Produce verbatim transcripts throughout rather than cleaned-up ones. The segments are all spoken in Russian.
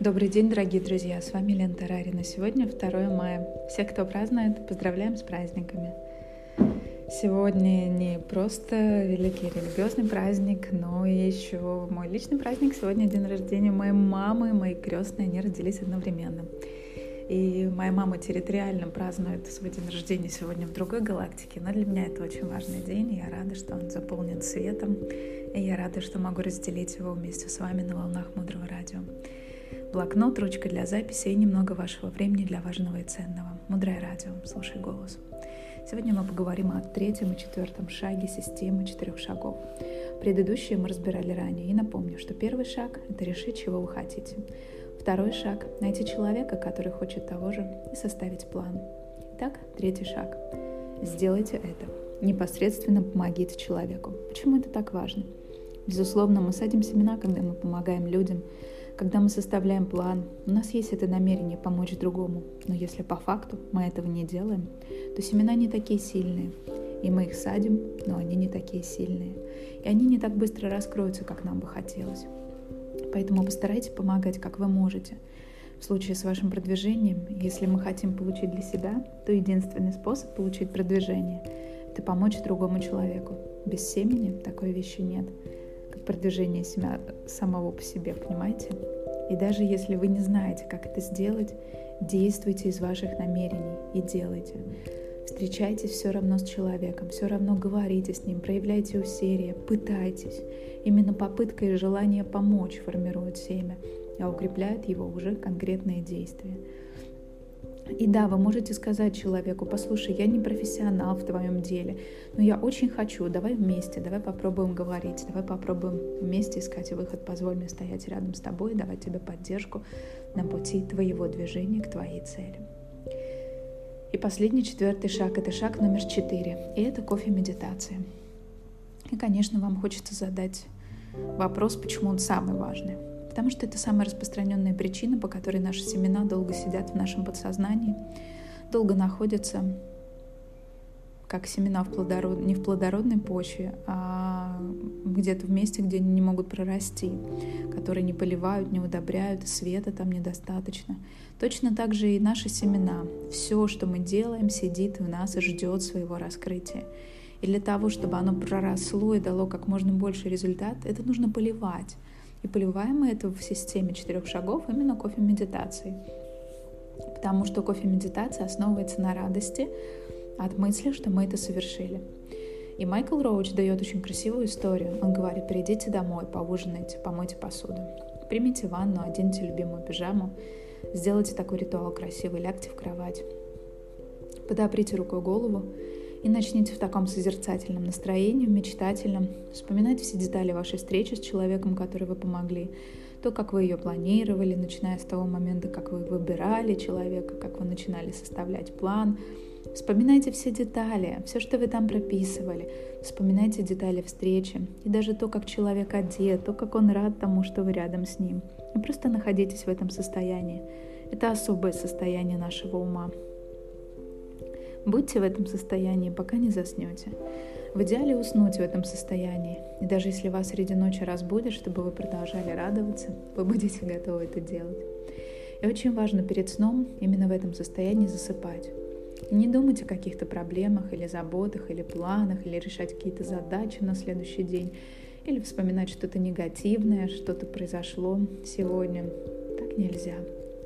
Добрый день, дорогие друзья! С вами Лена Тарарина. Сегодня второе мая. Всех, кто празднует, поздравляем с праздниками. Сегодня не просто великий религиозный праздник, но и еще мой личный праздник. Сегодня день рождения моей мамы, моей крестной. Они родились одновременно. И моя мама территориально празднует свой день рождения сегодня в другой галактике, но для меня это очень важный день, и я рада, что он заполнен светом, и я рада, что могу разделить его вместе с вами на волнах Мудрого Радио. Блокнот, ручка для записи и немного вашего времени для важного и ценного. Мудрое Радио, слушай голос. Сегодня мы поговорим о третьем и четвертом шаге системы четырех шагов. Предыдущие мы разбирали ранее, и напомню, что первый шаг — это решить, чего вы хотите. Второй шаг — найти человека, который хочет того же, и составить план. Итак, третий шаг. Сделайте это. Непосредственно помогите человеку. Почему это так важно? Безусловно, мы садим семена, когда мы помогаем людям, когда мы составляем план. У нас есть это намерение помочь другому. Но если по факту мы этого не делаем, то семена не такие сильные. И мы их садим, но они не такие сильные. И они не так быстро раскроются, как нам бы хотелось. Поэтому постарайтесь помогать, как вы можете. В случае с вашим продвижением, если мы хотим получить для себя, то единственный способ получить продвижение — это помочь другому человеку. Без семени такой вещи нет, как продвижение семя самого по себе, понимаете? И даже если вы не знаете, как это сделать, действуйте из ваших намерений и делайте. Встречайтесь все равно с человеком, все равно говорите с ним, проявляйте усердие, пытайтесь. Именно попытка и желание помочь формируют семя, а укрепляют его уже конкретные действия. И да, вы можете сказать человеку: послушай, я не профессионал в твоем деле, но я очень хочу, давай вместе, давай попробуем говорить, давай попробуем вместе искать выход, позволь мне стоять рядом с тобой, давать тебе поддержку на пути твоего движения к твоей цели. И последний, четвертый шаг — это шаг номер четыре, и это кофе-медитация. И, конечно, вам хочется задать вопрос, почему он самый важный. Потому что это самая распространенная причина, по которой наши семена долго сидят в нашем подсознании, долго находятся как семена в плодород... не в плодородной почве, а где-то в месте, где они не могут прорасти, которые не поливают, не удобряют, и света там недостаточно. Точно так же и наши семена. Все, что мы делаем, сидит в нас и ждет своего раскрытия. И для того, чтобы оно проросло и дало как можно больше результат, это нужно поливать. И поливаем мы это в системе четырех шагов именно кофе-медитацией. Потому что кофе-медитация основывается на радости от мысли, что мы это совершили. И Майкл Роуч дает очень красивую историю. Он говорит: придите домой, поужинайте, помойте посуду, примите ванну, оденьте любимую пижаму, сделайте такой ритуал красивый, лягте в кровать, подоприте рукой голову и начните в таком созерцательном настроении, мечтательном, вспоминать все детали вашей встречи с человеком, который вы помогли, то, как вы ее планировали, начиная с того момента, как вы выбирали человека, как вы начинали составлять план. Вспоминайте все детали, все, что вы там прописывали. Вспоминайте детали встречи и даже то, как человек одет, то, как он рад тому, что вы рядом с ним. И просто находитесь в этом состоянии. Это особое состояние нашего ума. Будьте в этом состоянии, пока не заснете. В идеале уснуть в этом состоянии. И даже если вас среди ночи разбудят, чтобы вы продолжали радоваться, вы будете готовы это делать. И очень важно перед сном именно в этом состоянии засыпать. И не думать о каких-то проблемах или заботах, или планах, или решать какие-то задачи на следующий день, или вспоминать что-то негативное, что-то произошло сегодня. Так нельзя.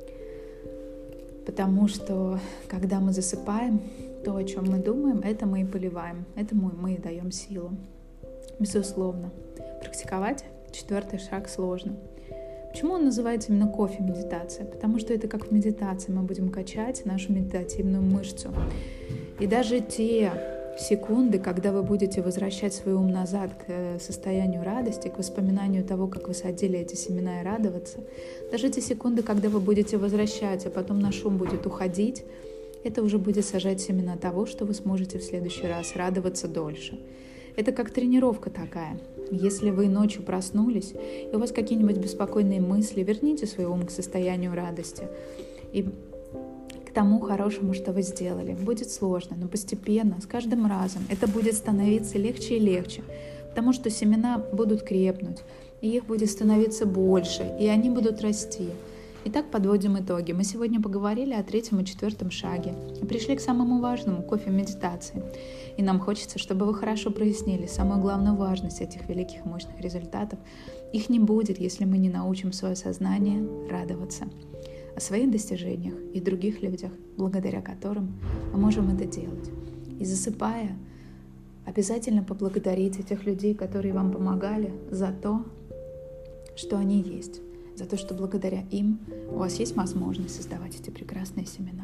Потому что, когда мы засыпаем, то, о чем мы думаем, это мы и поливаем, этому мы и даем силу. Безусловно, практиковать четвертый шаг сложно. Почему он называется именно кофе-медитация? Потому что это как в медитации, мы будем качать нашу медитативную мышцу. И даже те секунды, когда вы будете возвращать свой ум назад к состоянию радости, к воспоминанию того, как вы садили эти семена и радоваться, даже те секунды, когда вы будете возвращать, а потом наш ум будет уходить, это уже будет сажать семена того, что вы сможете в следующий раз радоваться дольше. Это как тренировка такая. Если вы ночью проснулись, и у вас какие-нибудь беспокойные мысли, верните свой ум к состоянию радости и к тому хорошему, что вы сделали. Будет сложно, но постепенно, с каждым разом это будет становиться легче и легче, потому что семена будут крепнуть, и их будет становиться больше, и они будут расти. Итак, подводим итоги. Мы сегодня поговорили о третьем и четвертом шаге и пришли к самому важному — кофе медитации. И нам хочется, чтобы вы хорошо прояснили самую главную важность этих великих и мощных результатов. Их не будет, если мы не научим свое сознание радоваться о своих достижениях и других людях, благодаря которым мы можем это делать. И засыпая, обязательно поблагодарите тех людей, которые вам помогали, за то, что они есть, за то, что благодаря им у вас есть возможность создавать эти прекрасные семена.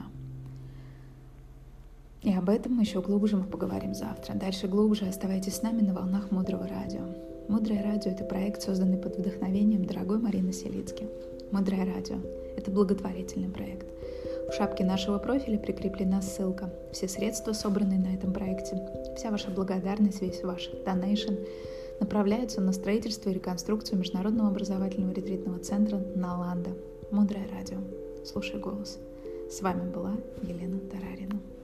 И об этом еще глубже мы поговорим завтра. Дальше глубже оставайтесь с нами на волнах Мудрого радио. Мудрое радио — это проект, созданный под вдохновением дорогой Марины Селицки. Мудрое радио — это благотворительный проект. В шапке нашего профиля прикреплена ссылка. Все средства, собранные на этом проекте, вся ваша благодарность, весь ваш донейшн направляются на строительство и реконструкцию Международного образовательного ретритного центра «Наланда». Мудрое радио. Слушай голос. С вами была Елена Тарарина.